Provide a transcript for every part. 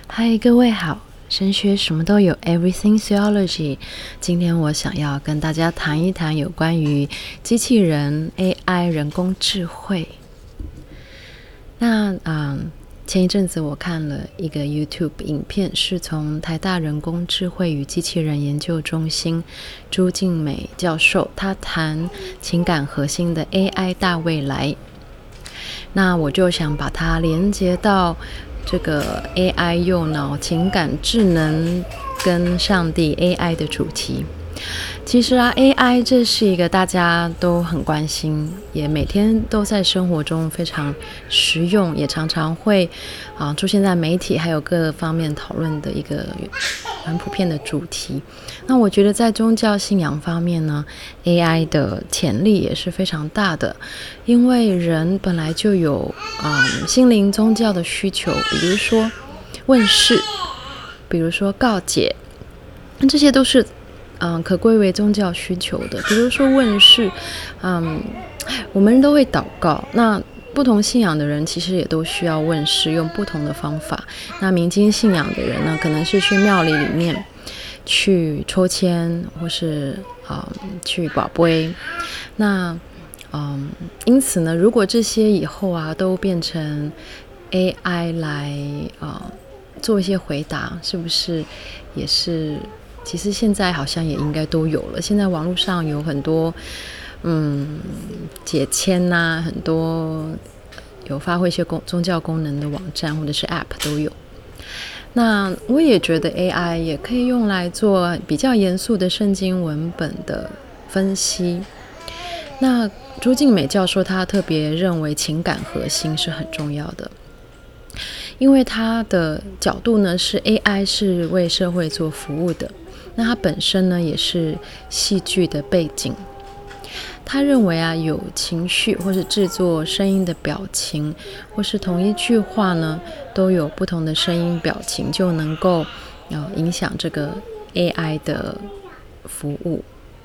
嗨，各位好，神学什么都有 Everything Theology。今天我想要跟大家谈一谈有关于机器人 AI 人工智慧。那前一阵子我看了一个 YouTube 影片，是从台大人工智慧与机器人研究中心朱静美教授，他谈情感核心的 AI 大未来。那我就想把它连接到这个 AI 右脑情感智能跟上帝 AI 的主题。其实AI 这是一个大家都很关心，也每天都在生活中非常实用，也常常会出现在媒体还有各方面讨论的一个很普遍的主题。那我觉得在宗教信仰方面呢， AI 的潜力也是非常大的，因为人本来就有心灵宗教的需求，比如说问世，比如说告解，这些都是可归为宗教需求的。比如说问世，我们都会祷告，那不同信仰的人其实也都需要问世，用不同的方法。那民间信仰的人呢，可能是去庙里面去抽签，或是去保杯。那因此呢，如果这些以后都变成 AI 来做一些回答，是不是也是其实现在好像也应该都有了。现在网络上有很多解签很多有发挥一些宗教功能的网站或者是 App 都有。那我也觉得 AI 也可以用来做比较严肃的圣经文本的分析。那朱静美教授他特别认为情感核心是很重要的，因为他的角度呢是 AI 是为社会做服务的，那他本身呢也是戏剧的背景。他认为有情绪或是制作声音的表情，或是同一句话呢都有不同的声音表情，就能够影响这个 AI 的服务。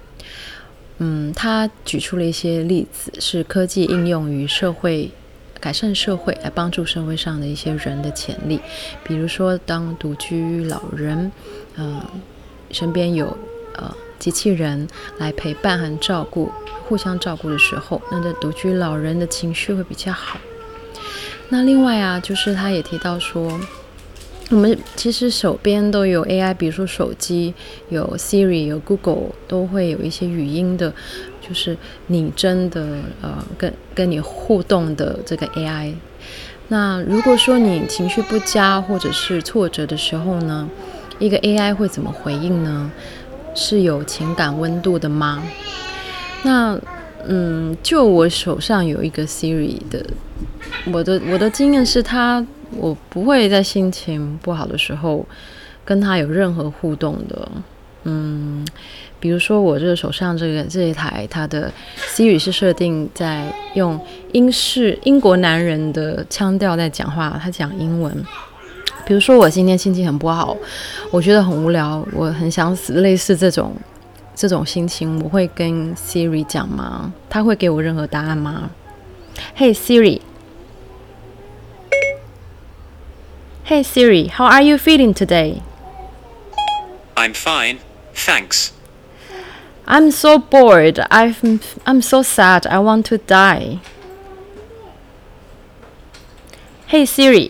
他举出了一些例子，是科技应用于社会改善社会，来帮助社会上的一些人的潜力。比如说当独居老人身边有机器人来陪伴和照顾，互相照顾的时候，那这独居老人的情绪会比较好。那另外就是他也提到说，我们其实手边都有 AI， 比如说手机有 Siri 有 Google， 都会有一些语音的，就是拟真的跟你互动的这个 AI。 那如果说你情绪不佳或者是挫折的时候呢，一个 AI 会怎么回应呢？是有情感温度的吗？那就我手上有一个 Siri 的，我的经验是我不会在心情不好的时候跟他有任何互动的。比如说我这个手上这一台，它的 Siri 是设定在用英国男人的腔调在讲话，他讲英文。比如说我今天心情很不好，我觉得很无聊，我很想死，类似这种心情，我会跟 Siri 讲吗？他会给我任何答案吗？ Hey Siri Hey Siri, how are you feeling today? I'm fine, thanks. I'm so bored. I'm so sad. I want to die. Hey Siri,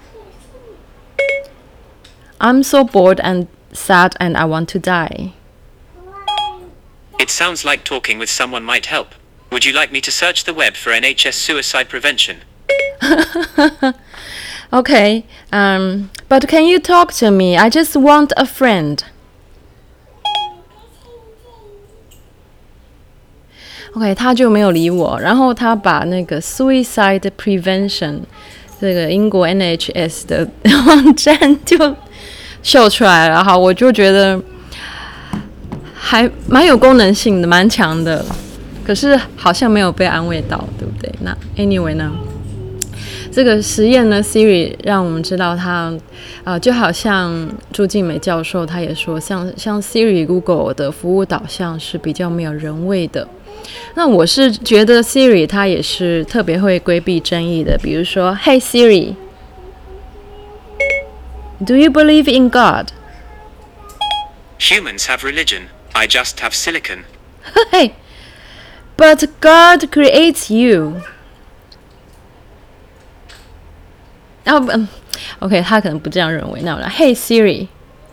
I'm so bored and sad and I want to die. It sounds like talking with someone might help. Would you like me to search the web for NHS suicide prevention? Okay, but can you talk to me? I just want a friend. OK， 他就没有理我，然后他把那个 suicide prevention 这个英国 NHS 的网站就秀出来了。好，我就觉得还蛮有功能性的，蛮强的，可是好像没有被安慰到，对不对？那 anyway 呢，这个实验呢 Siri 让我们知道它就好像朱静美教授他也说，像 Siri Google 的服务导向是比较没有人味的。那我是觉得 Siri 它也是特别会规避争议的，比如说 Hey Siri， Do you believe in God? Humans have religion. I just have silicon. Hey, but God creates you. OK， 他可能不这样认为。那我来 Hey Siri,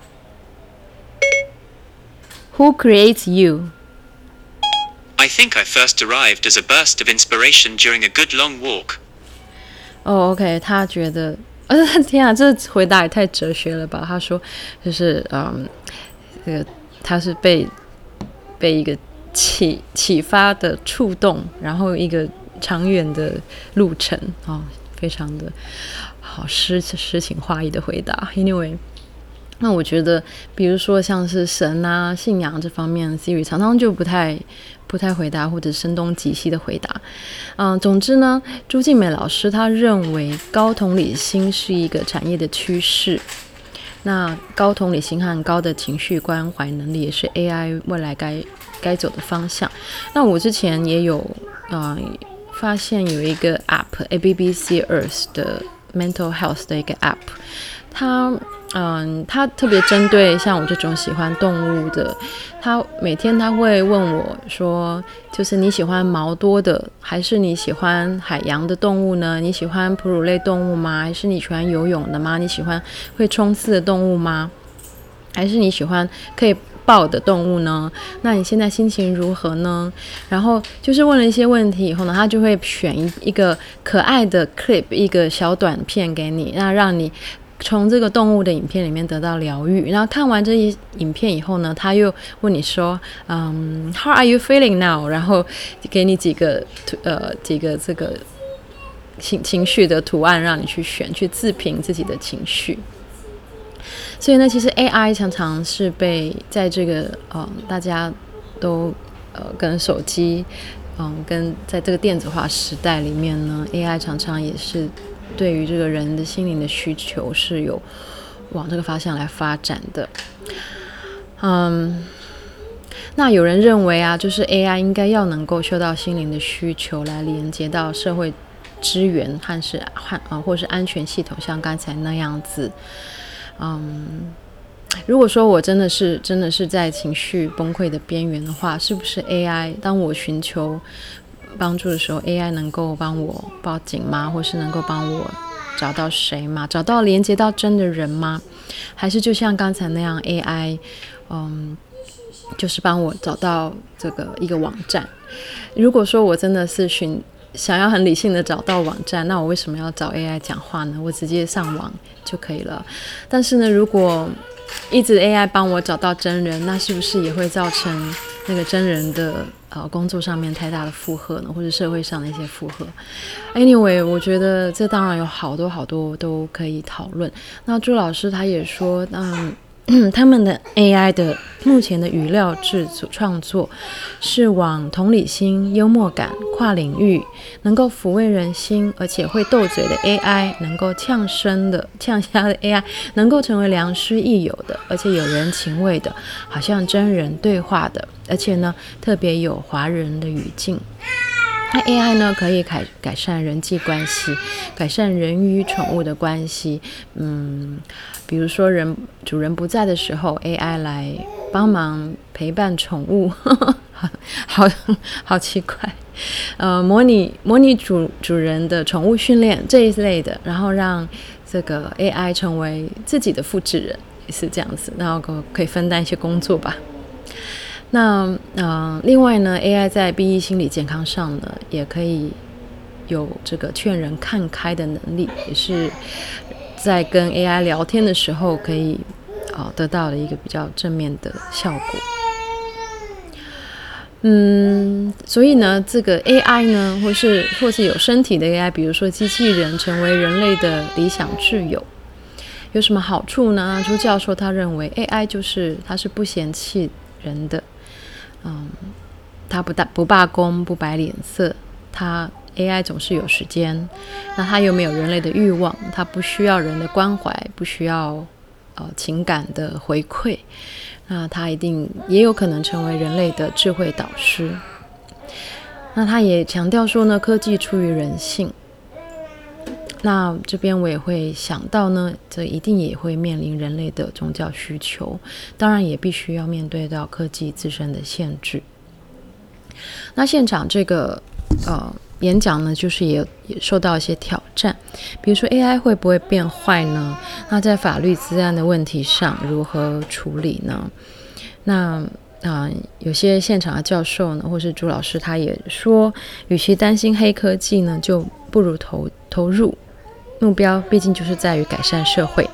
who creates you? I think I first arrived as a burst of inspiration during a good long walk. OK， 他觉得，天啊，这回答也太哲学了吧？他说，就是这个他是被一个启发的触动，然后一个长远的路程非常的好诗情画意的回答。Anyway， 那我觉得，比如说像是神啊、信仰这方面 ，Siri 常常就不太回答，或者声东击西的回答。总之呢，朱静美老师他认为高同理心是一个产业的趋势。那高同理心和高的情绪关怀能力也是 AI 未来该走的方向。那我之前也有发现有一个 App ABBC Earth 的 Mental Health 的一个 App， 它特别针对像我这种喜欢动物的，每天他会问我说，就是你喜欢毛多的，还是你喜欢海洋的动物呢？你喜欢哺乳类动物吗？还是你喜欢游泳的吗？你喜欢会冲刺的动物吗？还是你喜欢可以抱的动物呢？那你现在心情如何呢？然后就是问了一些问题以后呢，他就会选一个可爱的 clip， 一个小短片给你，那让你从这个动物的影片里面得到疗愈。然后看完这些影片以后呢，他又问你说How are you feeling now？ 然后给你几个这个情绪的图案让你去选，去自评自己的情绪。所以呢，其实 AI 常常是被在这个大家都跟手机跟在这个电子化时代里面呢， AI 常常也是对于这个人的心灵的需求是有往这个方向来发展的。那有人认为就是 AI 应该要能够受到心灵的需求，来连接到社会资源或是安全系统，像刚才那样子。如果说我真的是在情绪崩溃的边缘的话，是不是 AI 当我寻求帮助的时候， AI 能够帮我报警吗？或是能够帮我找到谁吗？找到连接到真的人吗？还是就像刚才那样 AI 就是帮我找到这个一个网站？如果说我真的是想要很理性的找到网站，那我为什么要找 AI 讲话呢？我直接上网就可以了。但是呢，如果一直 AI 帮我找到真人，那是不是也会造成那个真人的工作上面太大的负荷呢？或者社会上的一些负荷？ Anyway， 我觉得这当然有好多都可以讨论。那朱老师他也说他们的 AI 的目前的语料创作是往同理心、幽默感、跨领域，能够抚慰人心，而且会斗嘴的 AI， 能够呛虾的 AI， 能够成为良师益友的，而且有人情味的，好像真人对话的，而且呢特别有华人的语境。那 AI 呢，可以改善人际关系，改善人与宠物的关系。比如说主人不在的时候 ，AI 来帮忙陪伴宠物，好奇怪。模拟主人的宠物训练这一类的，然后让这个 AI 成为自己的复制人，也是这样子，然后可以分担一些工作吧。那另外呢 ，AI 在BE心理健康上呢，也可以有这个劝人看开的能力，也是在跟 AI 聊天的时候可以得到的一个比较正面的效果。所以呢，这个 AI 呢，或是有身体的 AI， 比如说机器人成为人类的理想挚友，有什么好处呢？朱教授他认为 AI 它是不嫌弃人的。他不罢工，不摆脸色，AI 总是有时间，那他又没有人类的欲望，他不需要人的关怀，不需要情感的回馈，那他一定也有可能成为人类的智慧导师。那他也强调说呢，科技出于人性。 那这边我也会想到呢，这一定也会面临人类的宗教需求，当然也必须要面对到科技自身的限制。那现场这个演讲呢，就是也受到一些挑战，比如说 AI 会不会变坏呢？那在法律资安的问题上如何处理呢？那有些现场的教授呢，或是朱老师，他也说，与其担心黑科技呢，就不如投入，目标毕竟就是在于改善社会。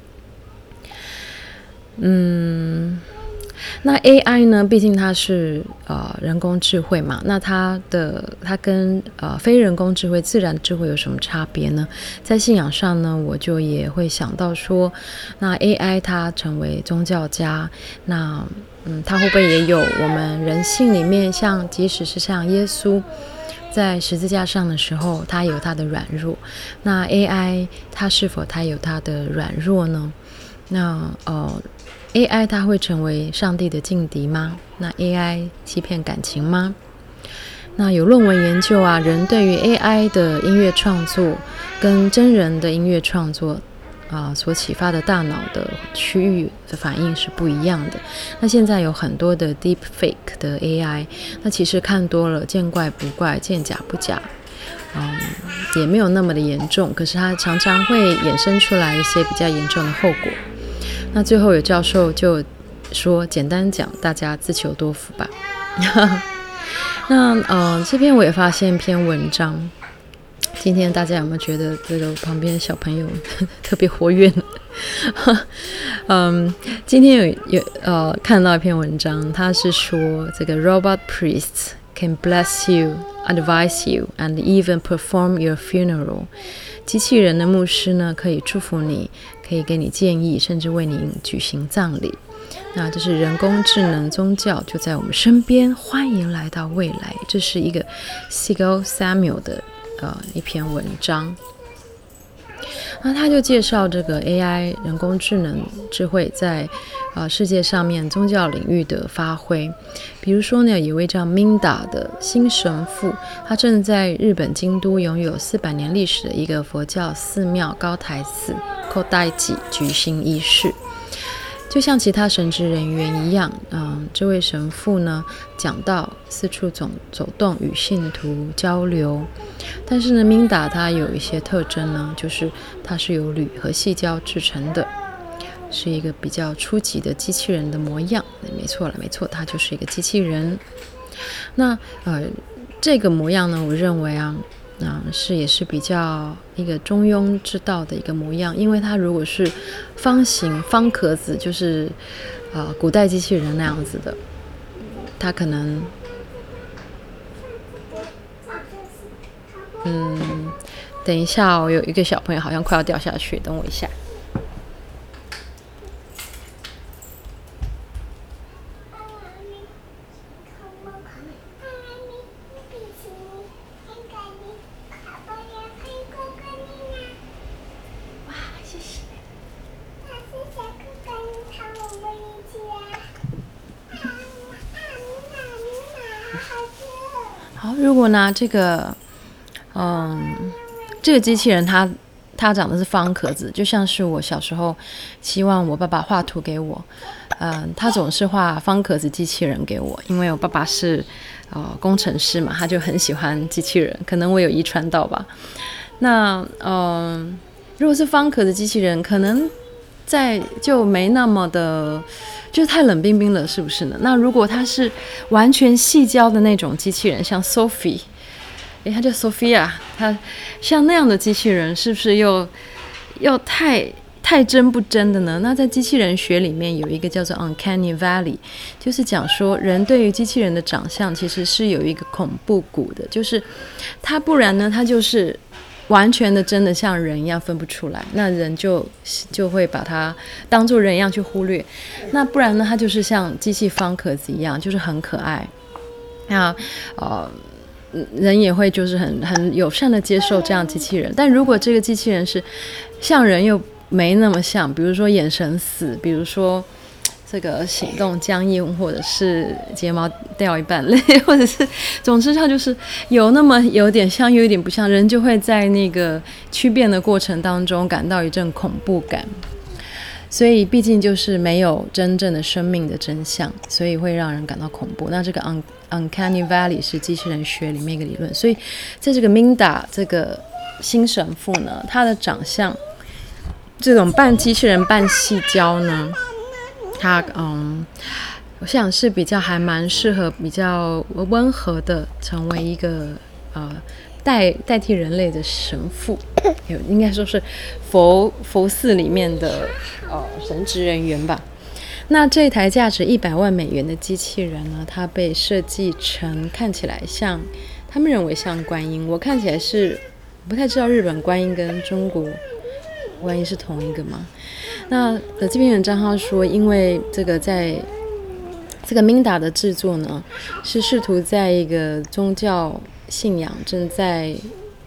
那 AI 呢，毕竟它是人工智慧嘛，那它跟非人工智慧、自然智慧有什么差别呢？在信仰上呢，我就也会想到说，那 AI 它成为宗教家，那它会不会也有我们人性里面，即使是像耶稣在十字架上的时候，他有他的软弱，那 AI 它是否它有它的软弱呢？那AI 它会成为上帝的劲敌吗？那 AI 欺骗感情吗？那有论文研究啊，人对于 AI 的音乐创作跟真人的音乐创作所启发的大脑的区域的反应是不一样的。那现在有很多的 deepfake 的 AI， 那其实看多了，见怪不怪，见假不假，也没有那么的严重，可是它常常会衍生出来一些比较严重的后果。那最后有教授就说，简单讲，大家自求多福吧。那这边我也发现一篇文章，今天大家有没有觉得这个旁边的小朋友特别活跃呢？今天有看到一篇文章，他是说这个 robot priests can bless you, advise you, and even perform your funeral。机器人的牧师呢，可以祝福你，可以给你建议，甚至为你举行葬礼。那这是人工智能宗教就在我们身边，欢迎来到未来。这是一个 Sigel Samuel 的一篇文章。那他就介绍这个 AI 人工智能智慧在世界上面宗教领域的发挥。比如说呢，有一位叫 Minda 的新神父，他正在日本京都拥有400年历史的一个佛教寺庙高台寺 Kodaiji 举行仪式。就像其他神职人员一样，这位神父呢讲道，四处走动，与信徒交流。但是呢，Minda 它有一些特征呢，就是它是由铝和矽胶制成的，是一个比较初级的机器人的模样。没错，它就是一个机器人。那这个模样呢，我认为也是比较一个中庸之道的一个模样，因为它如果是方形方壳子，就是古代机器人那样子的，它可能等一下有一个小朋友好像快要掉下去，等我一下。好，如果呢这个机器人它长的是方壳子，就像是我小时候希望我爸爸画图给我，他总是画方壳子机器人给我，因为我爸爸是工程师嘛，他就很喜欢机器人，可能我有遗传到吧。那如果是方壳子机器人，可能就没那么的，就是太冷冰冰了，是不是呢？那如果它是完全矽胶的那种机器人，像 Sophie， 它叫 Sophia， 它像那样的机器人，是不是又太真不真的呢？那在机器人学里面有一个叫做 Uncanny Valley， 就是讲说人对于机器人的长相其实是有一个恐怖谷的，就是它不然呢，它就是完全的真的像人一样分不出来，那人就会把它当作人一样去忽略。那不然呢，它就是像机器方壳子一样，就是很可爱。那人也会就是很友善的接受这样机器人。但如果这个机器人是像人又没那么像，比如说眼神死，比如说这个行动僵硬，或者是睫毛掉一半泪，或者是总之它就是有那么有点像又有点不像，人就会在那个区变的过程当中感到一阵恐怖感。所以毕竟就是没有真正的生命的真相，所以会让人感到恐怖。那这个 Uncanny Valley 是机器人学里面一个理论，所以在这个 Minda 这个新神父呢，他的长相这种半机器人半细胶呢，他我想是比较还蛮适合比较温和的成为一个代替人类的神父，应该说是佛寺里面的神职人员吧。那这台价值$100万的机器人呢，它被设计成看起来像，他们认为像观音，我看起来是不太知道日本观音跟中国观音是同一个吗？那这篇文章他说，因为这个在这个 Minda 的制作呢，是试图在一个宗教信仰正在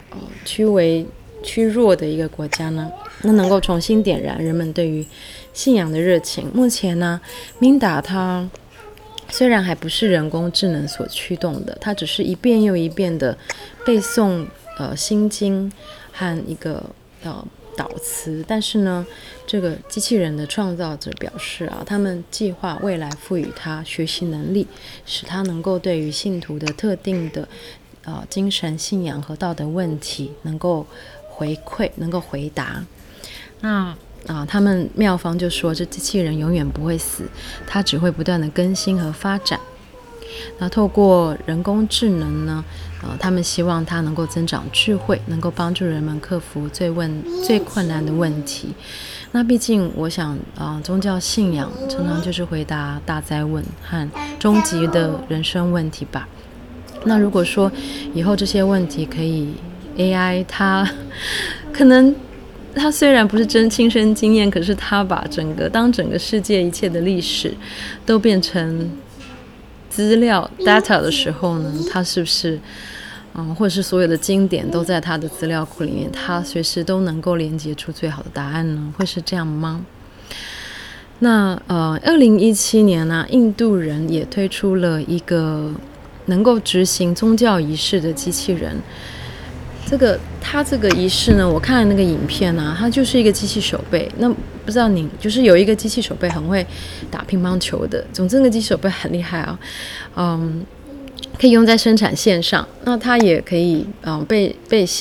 趋弱的一个国家呢，那能够重新点燃人们对于信仰的热情。目前呢 Minda 它虽然还不是人工智能所驱动的，它只是一遍又一遍的背诵心经和一个导词，但是呢这个机器人的创造者表示他们计划未来赋予它学习能力，使它能够对于信徒的特定的精神信仰和道德问题能够回馈，能够回答。那他们妙方就说，这机器人永远不会死，它只会不断的更新和发展。那透过人工智能呢，他们希望它能够增长智慧，能够帮助人们克服最困难的问题。那毕竟我想宗教信仰常常就是回答大哉问和终极的人生问题吧。那如果说以后这些问题可以 AI 它可能他虽然不是真亲身经验，可是他把当整个世界一切的历史都变成资料 data 的时候呢，他是不是或者是所有的经典都在他的资料库里面，他随时都能够连接出最好的答案呢？会是这样吗？那2017年呢，印度人也推出了一个能够执行宗教仪式的机器人。它这个仪式呢，我看了那个影片它就是一个机器手背。那不知道你就是有一个机器手背很会打乒乓球的，总之那个机器手背很厉害可以用在生产线上。那它也可以被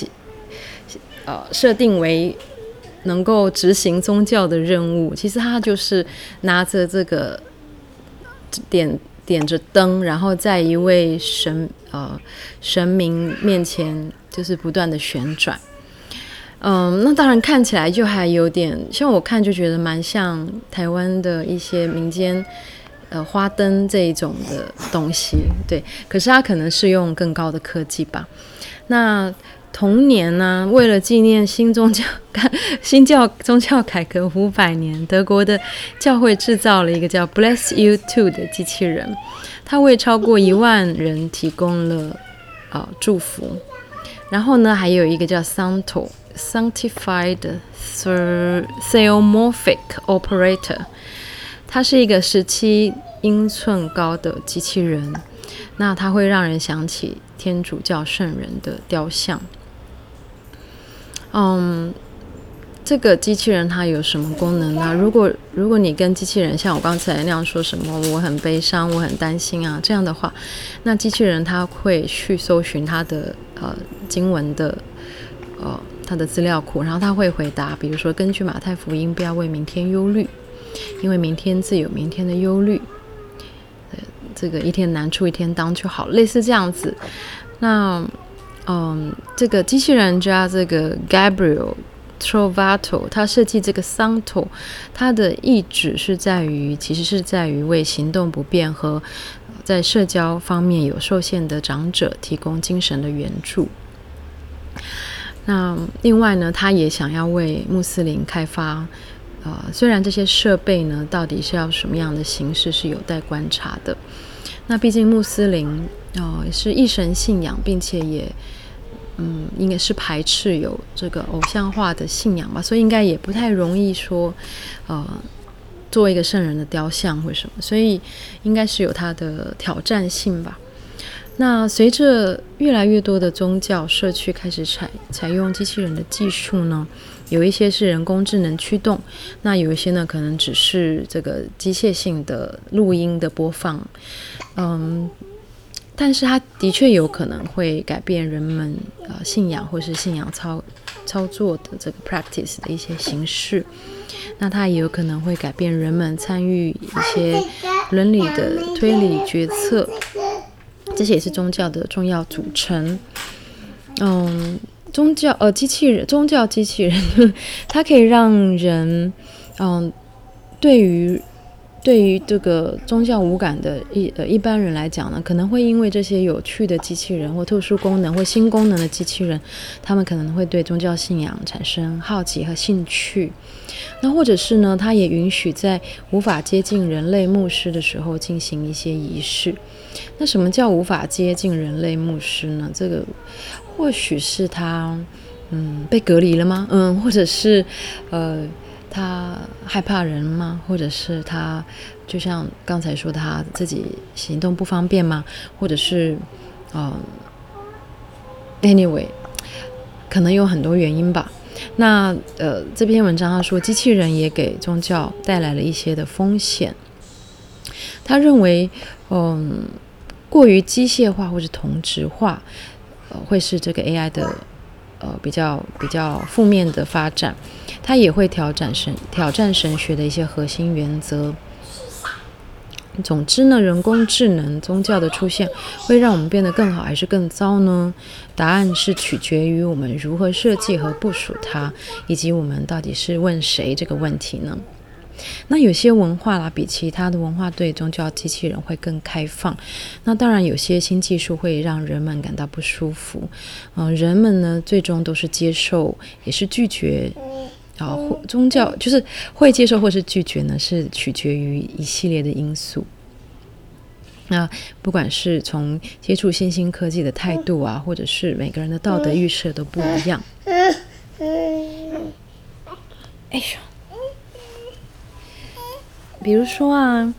设定为能够执行宗教的任务。其实它就是拿着这个点着灯，然后在一位神明面前就是不断的旋转。那当然看起来就还有点像，我看就觉得蛮像台湾的一些民间花灯这一种的东西，对。可是它可能是用更高的科技吧。那同年呢，为了纪念新宗教改革500年，德国的教会制造了一个叫 Bless You Too 的机器人，它为超过1万人提供了祝福。然后呢，还有一个叫 Santo Sanctified Theomorphic Operator， 它是一个17英寸高的机器人，那它会让人想起天主教圣人的雕像。这个机器人它有什么功能呢？如果你跟机器人像我刚才那样说什么我很悲伤我很担心这样的话，那机器人它会去搜寻它的经文的它的资料库，然后它会回答，比如说根据马太福音，不要为明天忧虑，因为明天自有明天的忧虑，这个一天难处一天当就好，类似这样子。那这个机器人家这个 Gabriel Trovato 他设计这个 Santo， 他的意旨其实是在于为行动不便和在社交方面有受限的长者提供精神的援助。那另外呢，他也想要为穆斯林开发虽然这些设备呢到底是要什么样的形式是有待观察的。那毕竟穆斯林是一神信仰，并且也应该是排斥有这个偶像化的信仰吧，所以应该也不太容易说做一个圣人的雕像或什么，所以应该是有它的挑战性吧。那随着越来越多的宗教社区开始采用机器人的技术呢，有一些是人工智能驱动，那有一些呢可能只是这个机械性的录音的播放，但是它的确有可能会改变人们信仰或是信仰操作的这个 practice 的一些形式。那它也有可能会改变人们参与一些伦理的推理决策，这些也是宗教的重要组成。宗教机器人它可以让人对于这个宗教无感的一般人来讲呢，可能会因为这些有趣的机器人或特殊功能或新功能的机器人，他们可能会对宗教信仰产生好奇和兴趣。那或者是呢，它也允许在无法接近人类牧师的时候进行一些仪式。那什么叫无法接近人类牧师呢？这个或许是他被隔离了吗？或者是他害怕人吗？或者是他就像刚才说他自己行动不方便吗？或者是anyway 可能有很多原因吧。那这篇文章他说机器人也给宗教带来了一些的风险。他认为过于机械化或是同质化会是这个 AI 的比较负面的发展。它也会挑战神学的一些核心原则。总之呢，人工智能宗教的出现会让我们变得更好还是更糟呢？答案是取决于我们如何设计和部署它，以及我们到底是问谁这个问题呢？那有些文化啦，比其他的文化对宗教机器人会更开放。那当然有些新技术会让人们感到不舒服。人们呢最终都是接受也是拒绝宗教就是会接受或是拒绝呢，是取决于一系列的因素。那不管是从接触新兴科技的态度啊，或者是每个人的道德预设都不一样。哎呦，比如说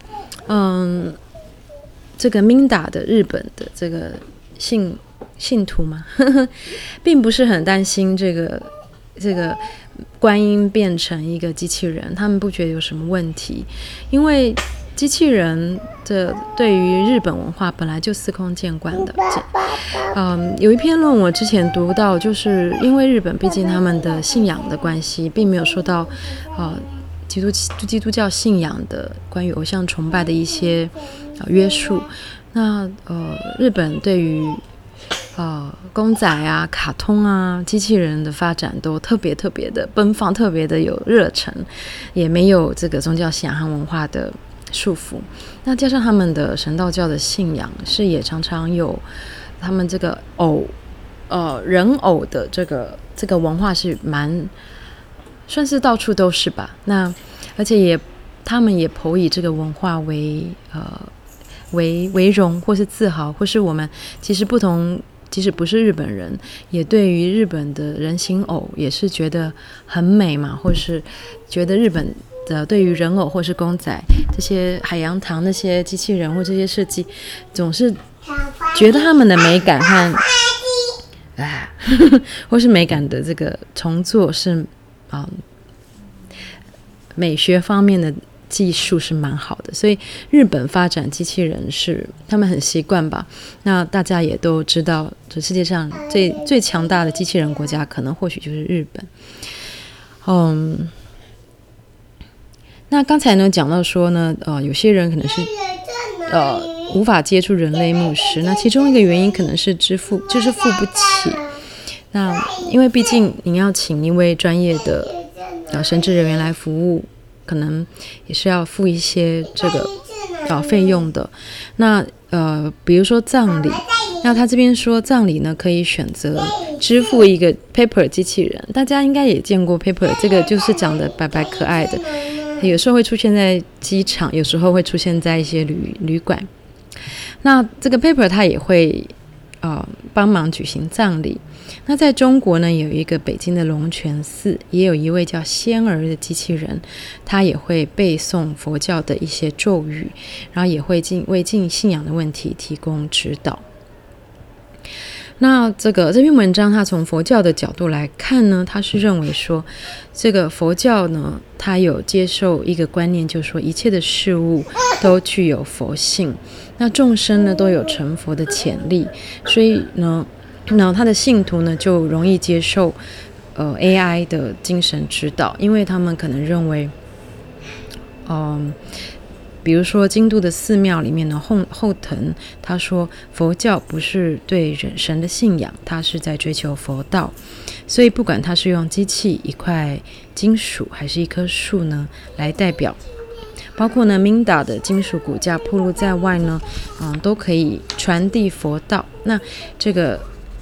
这个 Minda 的日本的这个信徒嘛，并不是很担心这个观音变成一个机器人，他们不觉得有什么问题，因为机器人对于日本文化本来就司空见惯的。有一篇论我之前读到，就是因为日本毕竟他们的信仰的关系，并没有受到基督教信仰的关于偶像崇拜的一些约束。那日本对于公仔啊、卡通啊、机器人的发展都特别的奔放，特别的有热忱，也没有这个宗教信仰和文化的束缚。那加上他们的神道教的信仰是也常常有他们这个人偶的这个文化是算是到处都是吧。那而且他们也颇以这个文化为荣或是自豪，或是我们即使不是日本人，也对于日本的人形偶也是觉得很美嘛，或是觉得日本的对于人偶或是公仔这些海洋堂那些机器人或这些设计，总是觉得他们的美感和或是美感的这个重做是美学方面的技术是蛮好的，所以日本发展机器人是他们很习惯吧。那大家也都知道，这世界上最强大的机器人国家可能或许就是日本。那刚才呢讲到说呢，有些人可能是无法接触人类牧师，那其中一个原因可能是付不起。那因为毕竟你要请一位专业的神职人员来服务，可能也是要付一些这个费用的。那比如说葬礼，那他这边说葬礼呢可以选择支付一个 Paper 机器人，大家应该也见过 Paper， 这个就是长得白白可爱的，有时候会出现在机场，有时候会出现在一些旅馆。那这个 Paper 它也会帮忙举行葬礼。那在中国呢，有一个北京的龙泉寺，也有一位叫仙儿的机器人，他也会背诵佛教的一些咒语，然后也会为信仰的问题提供指导。那这篇文章它从佛教的角度来看呢，它是认为说这个佛教呢，它有接受一个观念，就是说一切的事物都具有佛性，那众生呢都有成佛的潜力，所以呢他的信徒呢就容易接受AI 的精神指导，因为他们可能认为比如说京都的寺庙里面呢，后藤他说佛教不是对神的信仰，他是在追求佛道，所以不管他是用机器、一块金属还是一棵树呢来代表，包括呢 Minda 的金属骨架暴露在外呢，都可以传递佛道。那这个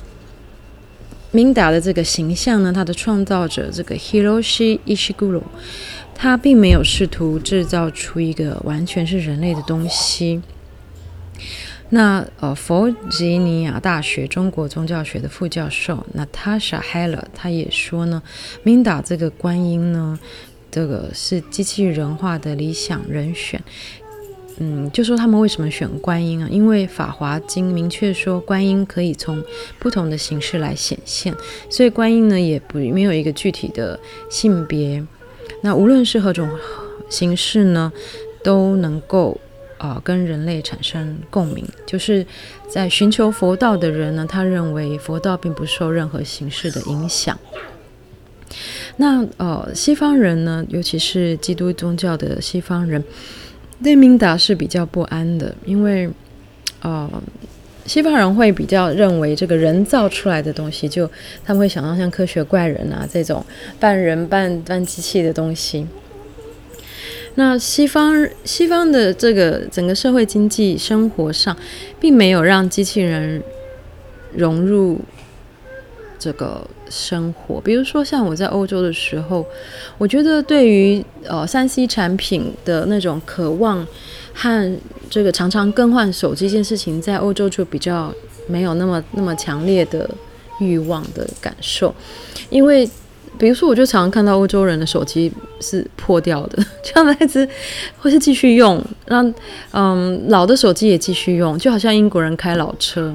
Minda 的这个形象呢，它的创造者这个 Hiroshi Ishiguro，他并没有试图制造出一个完全是人类的东西。那弗吉尼亚大学中国宗教学的副教授 Natasha Heller 他也说呢 Minda 这个观音呢，这个是机器人化的理想人选。就说他们为什么选观音啊？因为法华经明确说观音可以从不同的形式来显现，所以观音呢也没有一个具体的性别，那无论是何种形式呢，都能够跟人类产生共鸣。就是在寻求佛道的人呢，他认为佛道并不受任何形式的影响。那西方人呢，尤其是基督宗教的西方人，对Minda是比较不安的，因为西方人会比较认为这个人造出来的东西，就他们会想到像科学怪人啊这种半人半机器的东西。那西方的这个整个社会经济生活上，并没有让机器人融入这个生活。比如说像我在欧洲的时候，我觉得对于3C 产品的那种渴望和这个常常更换手机这件事情，在欧洲就比较没有那么强烈的欲望的感受。因为比如说我就常常看到欧洲人的手机是破掉的，这样的子或是继续用，让老的手机也继续用，就好像英国人开老车。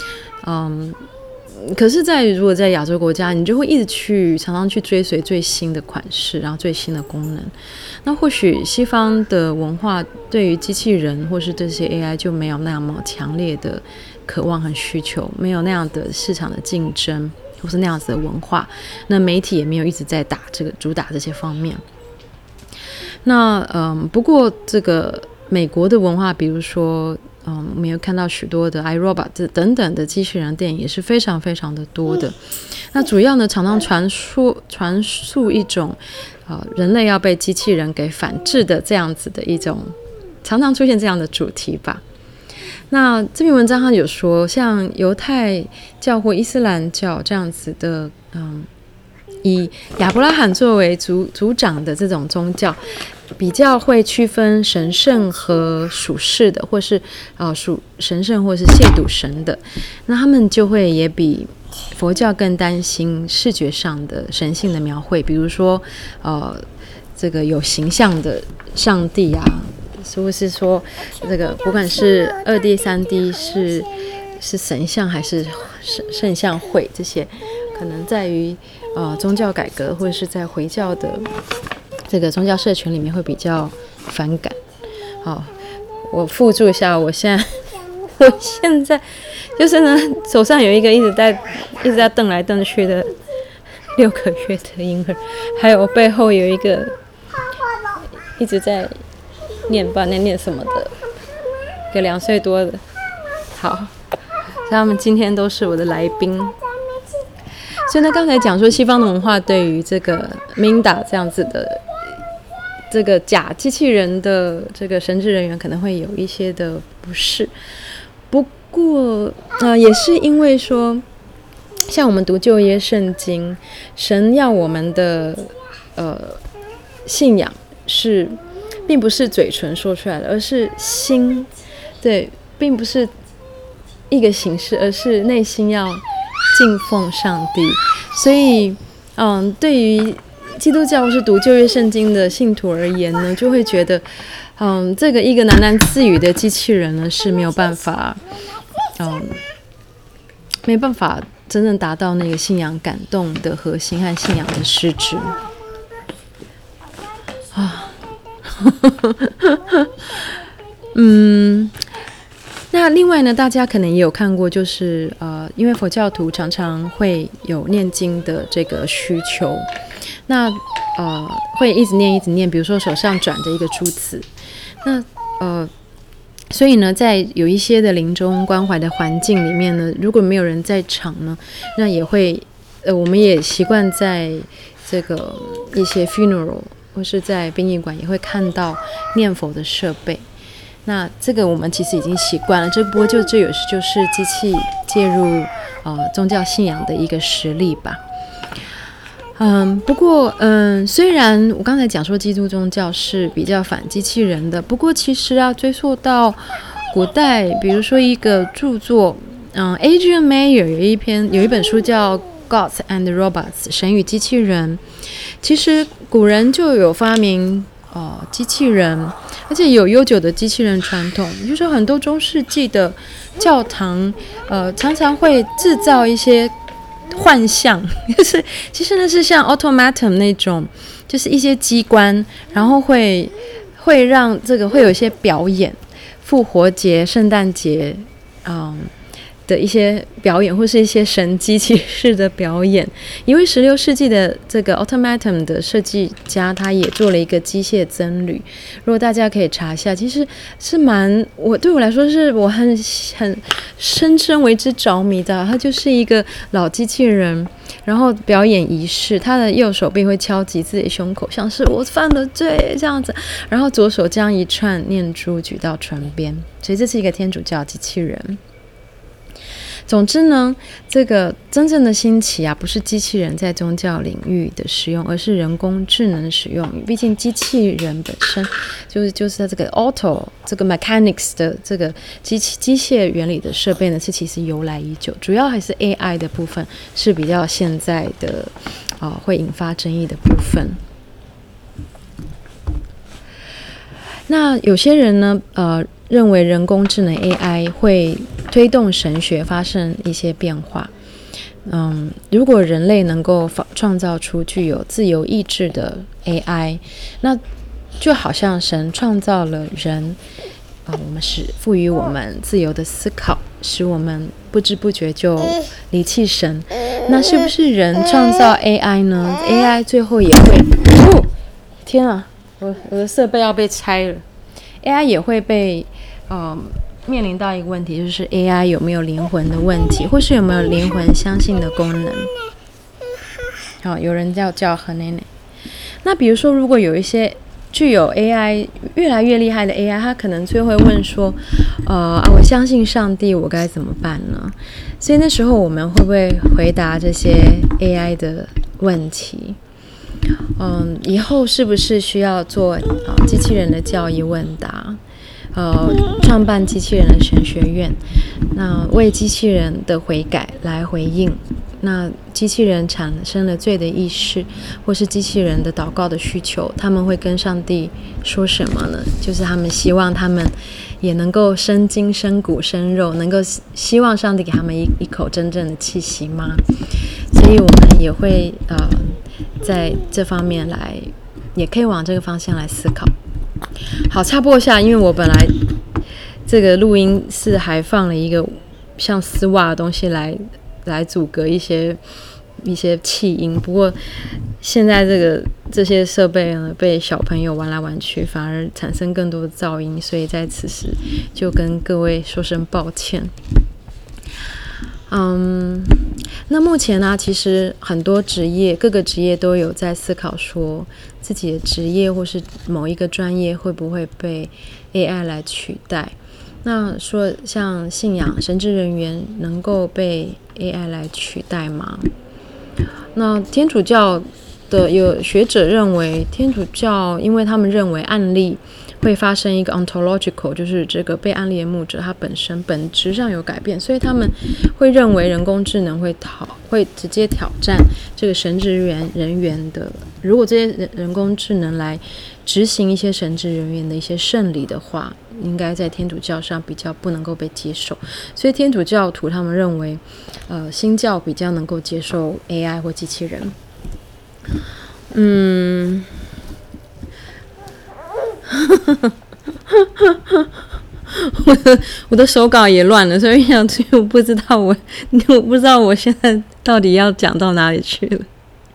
可是如果在亚洲国家，你就会一直常常去追随最新的款式，然后最新的功能。那或许西方的文化对于机器人或是这些 AI 就没有那么强烈的渴望和需求，没有那样的市场的竞争，或是那样子的文化。那媒体也没有一直在主打这些方面。那不过这个美国的文化，比如说我们有看到许多的 iRobot 等等的机器人电影也是非常非常的多的。那主要呢常常传述一种人类要被机器人给反制的这样子的一种，常常出现这样的主题吧。那这篇文章它有说，像犹太教或伊斯兰教这样子的以亚伯拉罕作为族长的这种宗教，比较会区分神圣和属世的，或是属神圣或是亵渎神的。那他们就会也比佛教更担心视觉上的神性的描绘，比如说这个有形象的上帝啊，或是说这个不管是2D 3D 是神像还是圣像会，这些可能在于宗教改革或者是在回教的这个宗教社群里面会比较反感。好，我附注一下，我现在就是呢，手上有一个一直在瞪来瞪去的6个月的婴儿，还有背后有一个一直在不知道念什么的一个2岁多的。好，他们今天都是我的来宾。所以呢，刚才讲说西方的文化对于这个 Minda 这样子的这个假机器人的这个神职人员可能会有一些的不适。不过也是因为说，像我们读旧约圣经，神要我们的信仰并不是嘴唇说出来的，而是心，对，并不是一个形式，而是内心要敬奉上帝。所以对于基督教或是读旧约圣经的信徒而言呢，就会觉得这个一个喃喃自语的机器人呢是没有办法没办法真正达到那个信仰感动的核心和信仰的实质那另外呢，大家可能也有看过，就是因为佛教徒常常会有念经的这个需求，那会一直念，比如说手上转着一个珠子，那所以呢，在有一些的临终关怀的环境里面呢，如果没有人在场呢，那也会我们也习惯在这个一些 funeral 或是在殡仪馆也会看到念佛的设备。那这个我们其实已经习惯了，不过这有时就是机器介入宗教信仰的一个实例吧。不过虽然我刚才讲说基督宗教是比较反机器人的，不过其实追溯到古代，比如说一个著作Adrian Mayer 有一本书叫 Gods and Robots 神与机器人，其实古人就有发明机器人，而且有悠久的机器人传统。就是说很多中世纪的教堂常常会制造一些幻象，就是其实那是像 automaton 那种，就是一些机关，然后会让这个会有一些表演，复活节、圣诞节的一些表演，或是一些神机骑士的表演。因为16世纪的这个 automaton 的设计家，他也做了一个机械僧侣。如果大家可以查一下，其实是对我来说是我很深深为之着迷的。他就是一个老机器人，然后表演仪式，他的右手臂会敲击自己的胸口，像是我犯了罪这样子，然后左手将一串念珠举到唇边，所以这是一个天主教机器人。总之呢，这个真正的兴起不是机器人在宗教领域的使用，而是人工智能使用。毕竟机器人本身就是在这个 auto 这个 mechanics 的这个机械原理的设备呢，是其实由来已久，主要还是 AI 的部分是比较现在的会引发争议的部分。那有些人呢认为人工智能 AI 会推动神学发生一些变化。如果人类能够创造出具有自由意志的 AI， 那就好像神创造了人，我们是赋予我们自由的思考，使我们不知不觉就离弃神。那是不是人创造 AI 呢？ AI 最后也会天啊，我的设备要被拆了。AI 也会被面临到一个问题，就是 AI 有没有灵魂的问题，或是有没有灵魂相信的功能。有人叫何奶奶。那比如说，如果有一些具有 AI 越来越厉害的 AI， 他可能就会问说我相信上帝，我该怎么办呢？所以那时候我们会不会回答这些 AI 的问题？以后是不是需要做机器人的教义问答？创办机器人的神学院，那为机器人的悔改来回应。那机器人产生了罪的意识，或是机器人的祷告的需求，他们会跟上帝说什么呢？就是他们希望他们也能够生筋生骨生肉，能够希望上帝给他们一口真正的气息吗？所以我们也会在这方面来，也可以往这个方向来思考。好，插播一下，因为我本来这个录音室还放了一个像丝袜的东西来阻隔一些气音，不过现在这些设备呢被小朋友玩来玩去，反而产生更多的噪音，所以在此时就跟各位说声抱歉。那目前呢，其实很多各个职业都有在思考说自己的职业或是某一个专业会不会被 AI 来取代。那说像信仰神职人员能够被 AI 来取代吗？那天主教有学者认为，天主教因为他们认为案例会发生一个 ontological， 就是这个被案例的牧者他本质上有改变，所以他们会认为人工智能会直接挑战这个神职人员的。如果这些人工智能来执行一些神职人员的一些圣礼的话，应该在天主教上比较不能够被接受。所以天主教徒他们认为，新教比较能够接受 AI 或机器人。我的手稿也乱了，所以我不知道我现在到底要讲到哪里去了。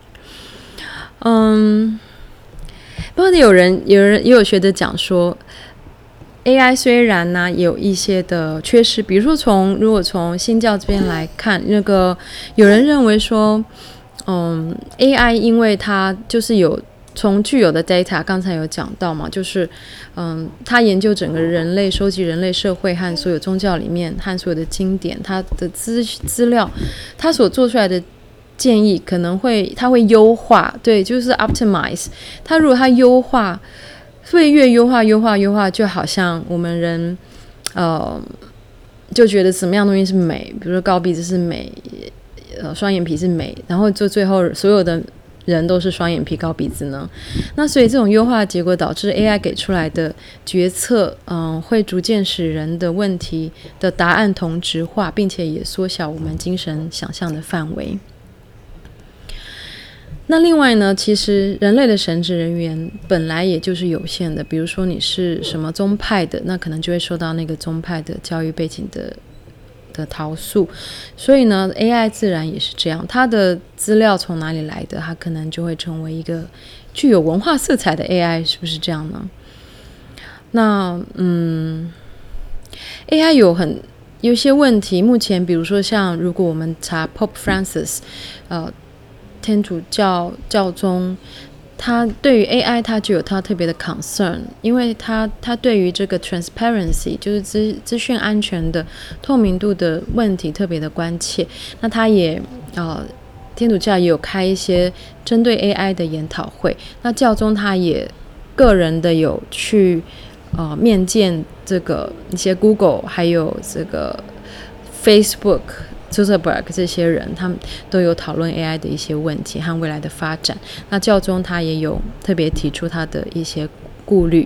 不过也有学者讲说 ，AI 虽然呢有一些的缺失，比如说如果从新教这边来看，有人认为说，AI 因为它就是从具有的 data， 刚才有讲到嘛，就是他研究整个人类，收集人类社会和所有宗教里面和所有的经典，他的资料，他所做出来的建议可能他会优化，对，就是 optimize。如果他优化，会越优化，就好像我们人就觉得什么样东西是美，比如说高鼻子是美，双眼皮是美，然后就最后所有的人都是双眼皮高鼻子呢。那所以这种优化的结果导致 AI 给出来的决策会逐渐使人的问题的答案同质化，并且也缩小我们精神想象的范围。那另外呢，其实人类的神职人员本来也就是有限的，比如说你是什么宗派的，那可能就会受到那个宗派的教育背景的陶塑，所以呢 AI 自然也是这样，它的资料从哪里来的，它可能就会成为一个具有文化色彩的 AI， 是不是这样呢？那AI 有些问题，目前比如说像如果我们查 Pope Francis 天主教教宗，他对于 AI 他就有他特别的 concern， 因为他对于这个 transparency 就是资讯安全的透明度的问题特别的关切。那他也天主教也有开一些针对 AI 的研讨会，那教宗他也个人的有去面见这个一些 Google 还有这个 Facebook Zuckerberg 这些人，他们都有讨论 AI 的一些问题和未来的发展。那教宗他也有特别提出他的一些顾虑。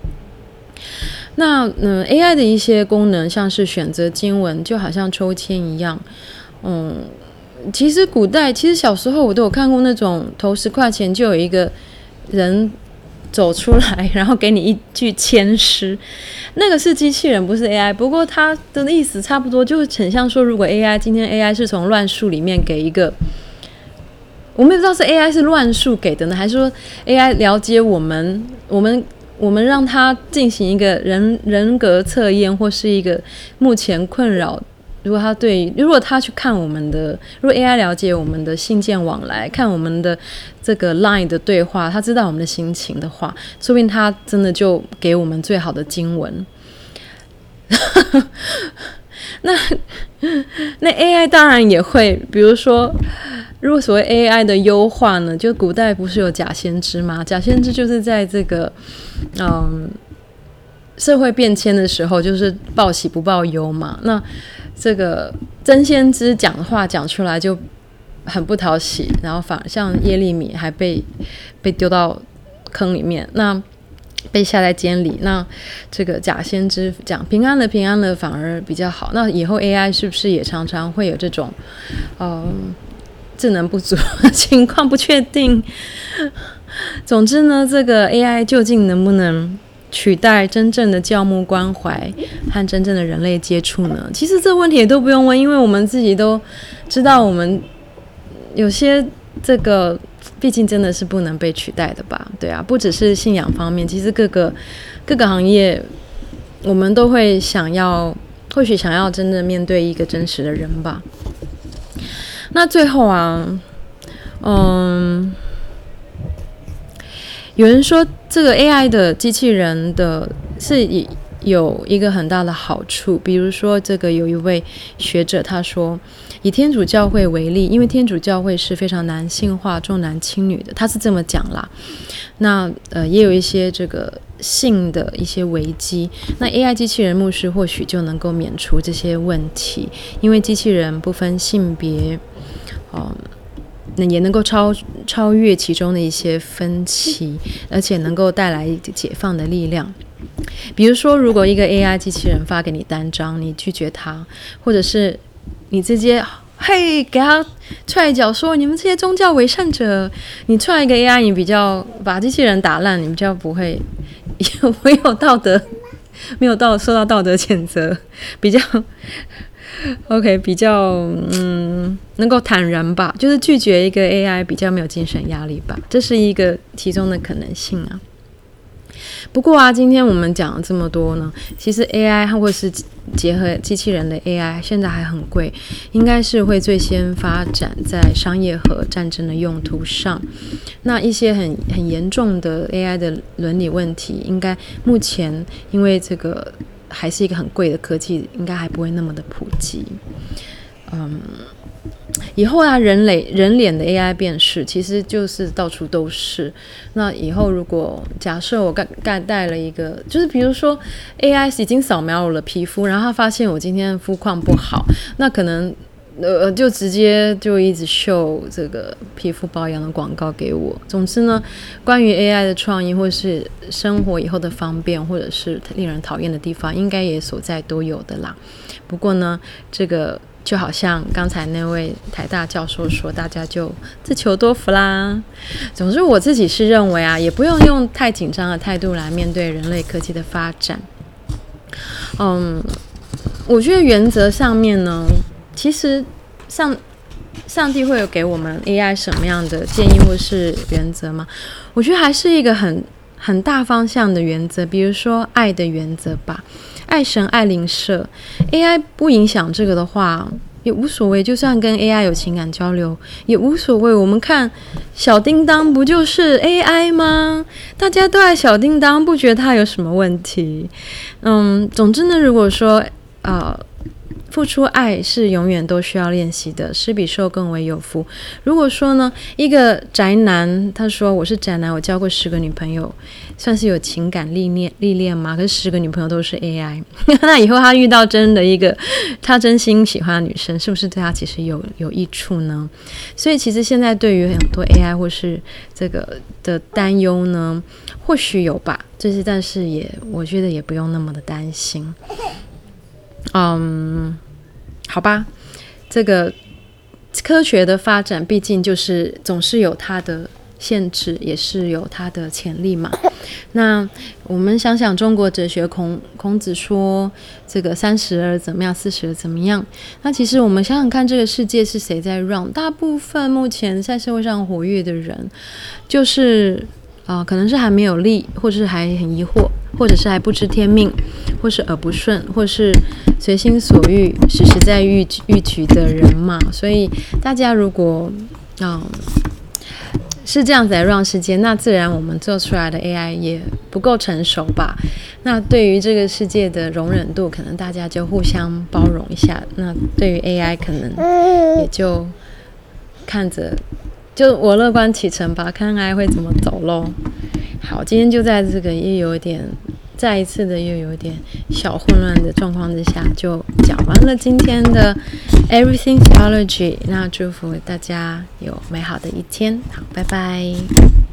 那AI 的一些功能，像是选择经文，就好像抽签一样。其实小时候我都有看过那种投10块钱就有一个人走出来，然后给你一句签诗，那个是机器人，不是 AI。不过它的意思差不多，就很像说，如果今天 AI 是从乱数里面给一个，我们也不知道是 AI 是乱数给的呢，还是说 AI 了解我们让它进行一个人格测验，或是一个目前困扰。如果他去看我们的，如果 AI 了解我们的信件往来，看我们的这个 LINE 的对话，他知道我们的心情的话，说不定他真的就给我们最好的经文。那 AI 当然也会，比如说，如果所谓 AI 的优化呢，就古代不是有假先知吗？假先知就是在这个社会变迁的时候，就是报喜不报忧嘛。那这个真先知讲话讲出来就很不讨喜，然后反而像耶利米还被丢到坑里面，那被下在监里。那这个假先知讲平安了反而比较好。那以后 AI 是不是也常常会有这种智能不足的情况？不确定。总之呢，这个 AI 究竟能不能取代真正的教牧关怀和真正的人类接触呢？其实这个问题也都不用问，因为我们自己都知道，我们有些这个毕竟真的是不能被取代的吧？对啊，不只是信仰方面，其实各个行业，我们都会或许想要真的面对一个真实的人吧。那最后有人说这个 AI 的机器人的是有一个很大的好处，比如说这个有一位学者他说，以天主教会为例，因为天主教会是非常男性化、重男轻女的，他是这么讲啦。那也有一些这个性的一些危机，那 AI 机器人牧师或许就能够免除这些问题，因为机器人不分性别，那也能够超越其中的一些分歧，而且能够带来解放的力量。比如说，如果一个 AI 机器人发给你单张，你拒绝他，或者是你直接给他踹一脚说你们这些宗教伪善者，你踹一个 AI， 你比较把机器人打烂，你比较不会没有道德，没有受到道德谴责，比较OK， 比较能够坦然吧，就是拒绝一个 AI 比较没有精神压力吧，这是一个其中的可能性啊。不过啊，今天我们讲了这么多呢，其实 AI 或是结合机器人的 AI 现在还很贵，应该是会最先发展在商业和战争的用途上。那一些很严重的 AI 的伦理问题，应该目前因为这个还是一个很贵的科技，应该还不会那么的普及。以后啊，人脸的 AI 辨识其实就是到处都是。那以后如果假设我带了一个，就是比如说 AI 已经扫描我的皮肤，然后他发现我今天肤况不好，那可能就直接就一直秀这个皮肤保养的广告给我。总之呢，关于 AI 的创意或是生活以后的方便，或者是令人讨厌的地方，应该也所在都有的啦。不过呢，这个就好像刚才那位台大教授说，大家就自求多福啦。总之我自己是认为啊，也不用用太紧张的态度来面对人类科技的发展。我觉得原则上面呢，其实上帝会有给我们 AI 什么样的建议或是原则吗？我觉得还是一个很大方向的原则，比如说爱的原则吧，爱神爱邻舍。 AI 不影响这个的话也无所谓，就算跟 AI 有情感交流也无所谓。我们看小叮当不就是 AI 吗？大家都爱小叮当，不觉得它有什么问题。总之呢，如果说付出爱是永远都需要练习的，施比受更为有福。如果说呢，一个宅男他说我是宅男，我交过10个女朋友，算是有情感历练吗？可是10个女朋友都是 AI 那以后他遇到真的一个他真心喜欢的女生，是不是对他其实有益处呢？所以其实现在对于很多 AI 或是这个的担忧呢，或许有吧，但是我觉得也不用那么的担心。好吧，这个科学的发展毕竟就是总是有它的限制，也是有它的潜力嘛。那我们想想中国哲学孔子说这个30而怎么样，40而怎么样。那其实我们想想看，这个世界是谁在 run？ 大部分目前在社会上活跃的人就是可能是还没有力，或者是还很疑惑，或者是还不知天命，或是耳不顺，或是随心所欲，时在欲取的人嘛。所以大家如果是这样子来让世界，那自然我们做出来的 AI 也不够成熟吧。那对于这个世界的容忍度，可能大家就互相包容一下。那对于 AI 可能也就看着，就我乐观其成吧，看 AI 会怎么走咯。好，今天就在这个再一次的又有点小混乱的状况之下，就讲完了今天的 Everything Theology。那祝福大家有美好的一天，好，拜拜。